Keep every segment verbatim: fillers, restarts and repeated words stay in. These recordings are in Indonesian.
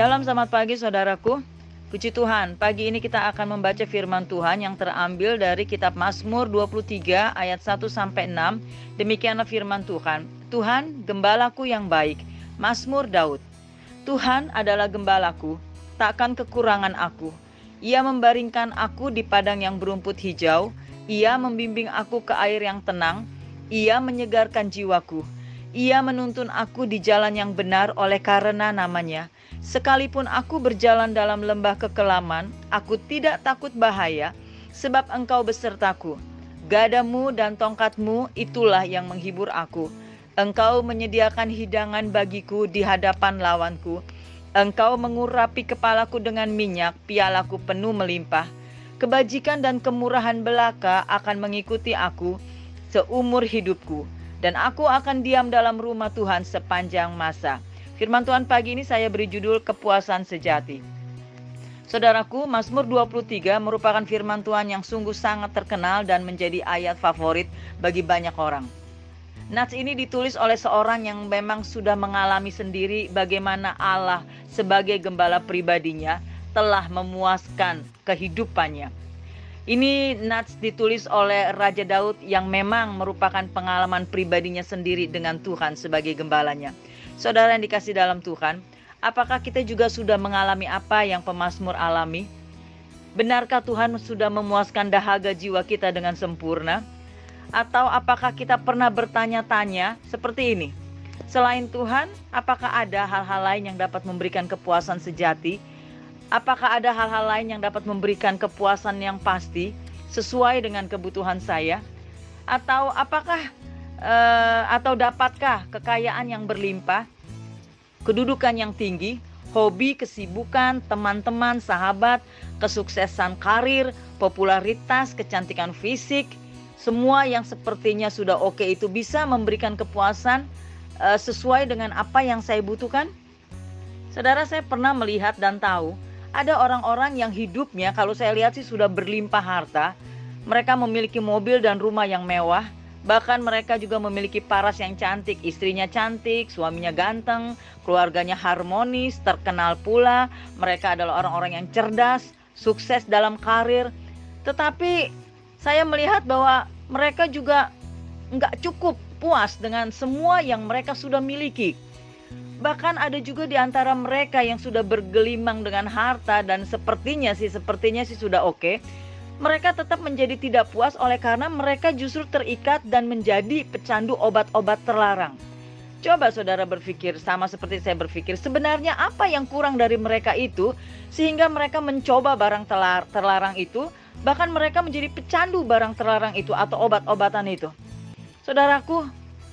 Shalom, selamat pagi saudaraku. Puji Tuhan, pagi ini kita akan membaca firman Tuhan yang terambil dari kitab Mazmur dua puluh tiga ayat satu sampai enam. Demikianlah firman Tuhan. Tuhan, gembalaku yang baik. Mazmur Daud. Tuhan adalah gembalaku, takkan kekurangan aku. Ia membaringkan aku di padang yang berumput hijau. Ia membimbing aku ke air yang tenang. Ia menyegarkan jiwaku. Ia menuntun aku di jalan yang benar oleh karena namanya. Sekalipun aku berjalan dalam lembah kekelaman, aku tidak takut bahaya, sebab Engkau besertaku. Gadamu dan tongkatmu itulah yang menghibur aku. Engkau menyediakan hidangan bagiku di hadapan lawanku. Engkau mengurapi kepalaku dengan minyak, pialaku penuh melimpah. Kebajikan dan kemurahan belaka akan mengikuti aku seumur hidupku, dan aku akan diam dalam rumah Tuhan sepanjang masa. Firman Tuhan pagi ini saya beri judul kepuasan sejati. Saudaraku, Mazmur dua puluh tiga merupakan firman Tuhan yang sungguh sangat terkenal dan menjadi ayat favorit bagi banyak orang. Nats ini ditulis oleh seorang yang memang sudah mengalami sendiri bagaimana Allah sebagai gembala pribadinya telah memuaskan kehidupannya. Ini nats ditulis oleh Raja Daud yang memang merupakan pengalaman pribadinya sendiri dengan Tuhan sebagai gembalanya. Saudara yang dikasih dalam Tuhan, apakah kita juga sudah mengalami apa yang pemazmur alami? Benarkah Tuhan sudah memuaskan dahaga jiwa kita dengan sempurna? Atau apakah kita pernah bertanya-tanya seperti ini? Selain Tuhan, apakah ada hal-hal lain yang dapat memberikan kepuasan sejati? Apakah ada hal-hal lain yang dapat memberikan kepuasan yang pasti sesuai dengan kebutuhan saya? Atau apakah uh, atau dapatkah kekayaan yang berlimpah, kedudukan yang tinggi, hobi, kesibukan, teman-teman, sahabat, kesuksesan karir, popularitas, kecantikan fisik, semua yang sepertinya sudah oke itu bisa memberikan kepuasan uh, sesuai dengan apa yang saya butuhkan? Saudara, saya pernah melihat dan tahu ada orang-orang yang hidupnya kalau saya lihat sih sudah berlimpah harta. Mereka memiliki mobil dan rumah yang mewah. Bahkan mereka juga memiliki paras yang cantik. Istrinya cantik, suaminya ganteng, keluarganya harmonis, terkenal pula. Mereka adalah orang-orang yang cerdas, sukses dalam karir. Tetapi saya melihat bahwa mereka juga nggak cukup puas dengan semua yang mereka sudah miliki. Bahkan ada juga di antara mereka yang sudah bergelimang dengan harta dan sepertinya sih sepertinya sih sudah oke. Mereka tetap menjadi tidak puas oleh karena mereka justru terikat dan menjadi pecandu obat-obat terlarang. Coba saudara berpikir sama seperti saya berpikir, sebenarnya apa yang kurang dari mereka itu sehingga mereka mencoba barang telar, terlarang itu, bahkan mereka menjadi pecandu barang terlarang itu atau obat-obatan itu. Saudaraku,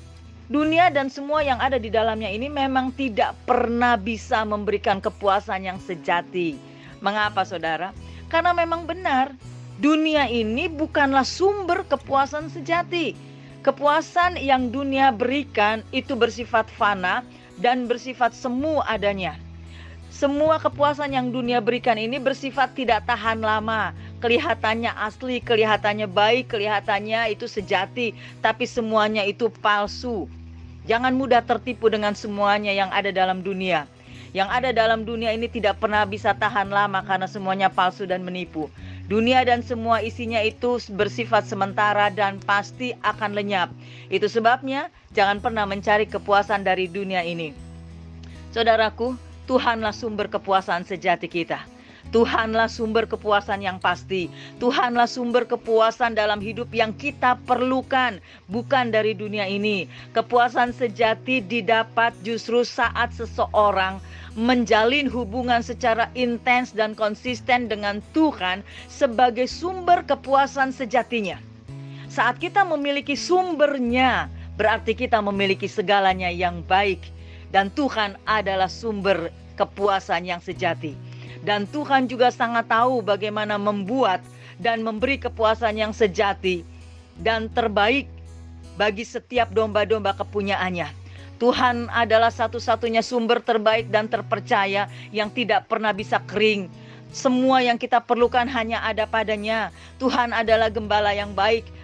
dunia dan semua yang ada di dalamnya ini memang tidak pernah bisa memberikan kepuasan yang sejati. Mengapa saudara? Karena memang benar, dunia ini bukanlah sumber kepuasan sejati. Kepuasan yang dunia berikan itu bersifat fana dan bersifat semu adanya. Semua kepuasan yang dunia berikan ini bersifat tidak tahan lama. Kelihatannya asli, kelihatannya baik, kelihatannya itu sejati, tapi semuanya itu palsu. Jangan mudah tertipu dengan semuanya yang ada dalam dunia. Yang ada dalam dunia ini tidak pernah bisa tahan lama karena semuanya palsu dan menipu. Dunia dan semua isinya itu bersifat sementara dan pasti akan lenyap. Itu sebabnya jangan pernah mencari kepuasan dari dunia ini. Saudaraku, Tuhanlah sumber kepuasan sejati kita. Tuhanlah sumber kepuasan yang pasti. Tuhanlah sumber kepuasan dalam hidup yang kita perlukan, bukan dari dunia ini. Kepuasan sejati didapat justru saat seseorang menjalin hubungan secara intens dan konsisten dengan Tuhan sebagai sumber kepuasan sejatinya. Saat kita memiliki sumbernya, berarti kita memiliki segalanya yang baik. Dan Tuhan adalah sumber kepuasan yang sejati. Dan Tuhan juga sangat tahu bagaimana membuat dan memberi kepuasan yang sejati dan terbaik bagi setiap domba-domba kepunyaannya. Tuhan adalah satu-satunya sumber terbaik dan terpercaya yang tidak pernah bisa kering. Semua yang kita perlukan hanya ada padanya. Tuhan adalah gembala yang baik.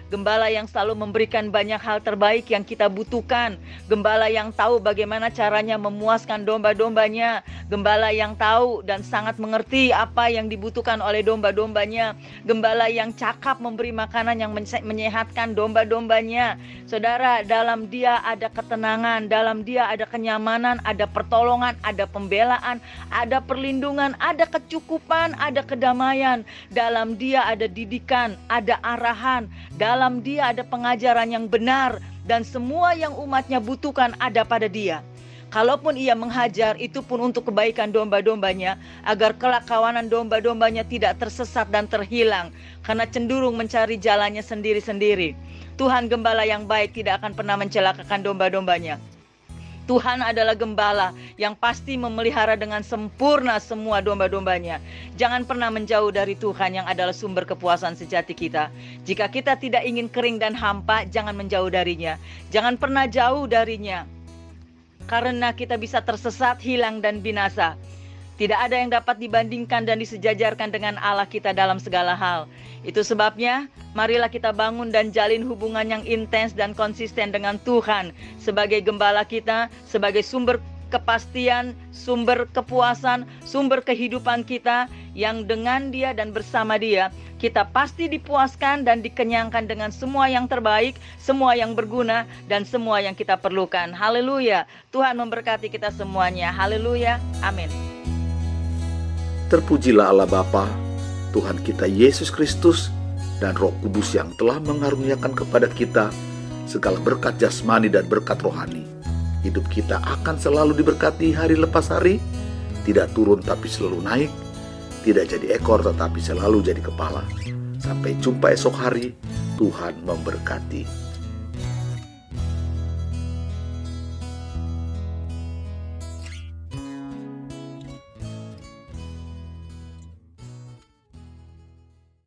Gembala yang selalu memberikan banyak hal terbaik yang kita butuhkan. Gembala yang tahu bagaimana caranya memuaskan domba-dombanya. Gembala yang tahu dan sangat mengerti apa yang dibutuhkan oleh domba-dombanya. Gembala yang cakap memberi makanan yang menyehatkan domba-dombanya. Saudara, dalam dia ada ketenangan, dalam dia ada kenyamanan, ada pertolongan, ada pembelaan, ada perlindungan, ada kecukupan, ada kedamaian. Dalam dia ada didikan, ada arahan. Dalam dia ada pengajaran yang benar. Dan semua yang umatnya butuhkan ada pada dia. Kalaupun ia menghajar, itu pun untuk kebaikan domba-dombanya, agar kelak kawanan domba-dombanya tidak tersesat dan terhilang, karena cenderung mencari jalannya sendiri-sendiri. Tuhan gembala yang baik tidak akan pernah mencelakakan domba-dombanya. Tuhan adalah gembala yang pasti memelihara dengan sempurna semua domba-dombanya. Jangan pernah menjauh dari Tuhan yang adalah sumber kepuasan sejati kita. Jika kita tidak ingin kering dan hampa, jangan menjauh darinya. Jangan pernah jauh darinya, karena kita bisa tersesat, hilang, dan binasa. Tidak ada yang dapat dibandingkan dan disejajarkan dengan Allah kita dalam segala hal. Itu sebabnya, marilah kita bangun dan jalin hubungan yang intens dan konsisten dengan Tuhan sebagai gembala kita, sebagai sumber kepastian, sumber kepuasan, sumber kehidupan kita, yang dengan Dia dan bersama Dia, kita pasti dipuaskan dan dikenyangkan dengan semua yang terbaik, semua yang berguna, dan semua yang kita perlukan. Haleluya. Tuhan memberkati kita semuanya. Haleluya. Amin. Terpujilah Allah Bapa, Tuhan kita Yesus Kristus, dan Roh Kudus yang telah mengaruniakan kepada kita segala berkat jasmani dan berkat rohani. Hidup kita akan selalu diberkati hari lepas hari, tidak turun tapi selalu naik, tidak jadi ekor tetapi selalu jadi kepala. Sampai jumpa esok hari, Tuhan memberkati.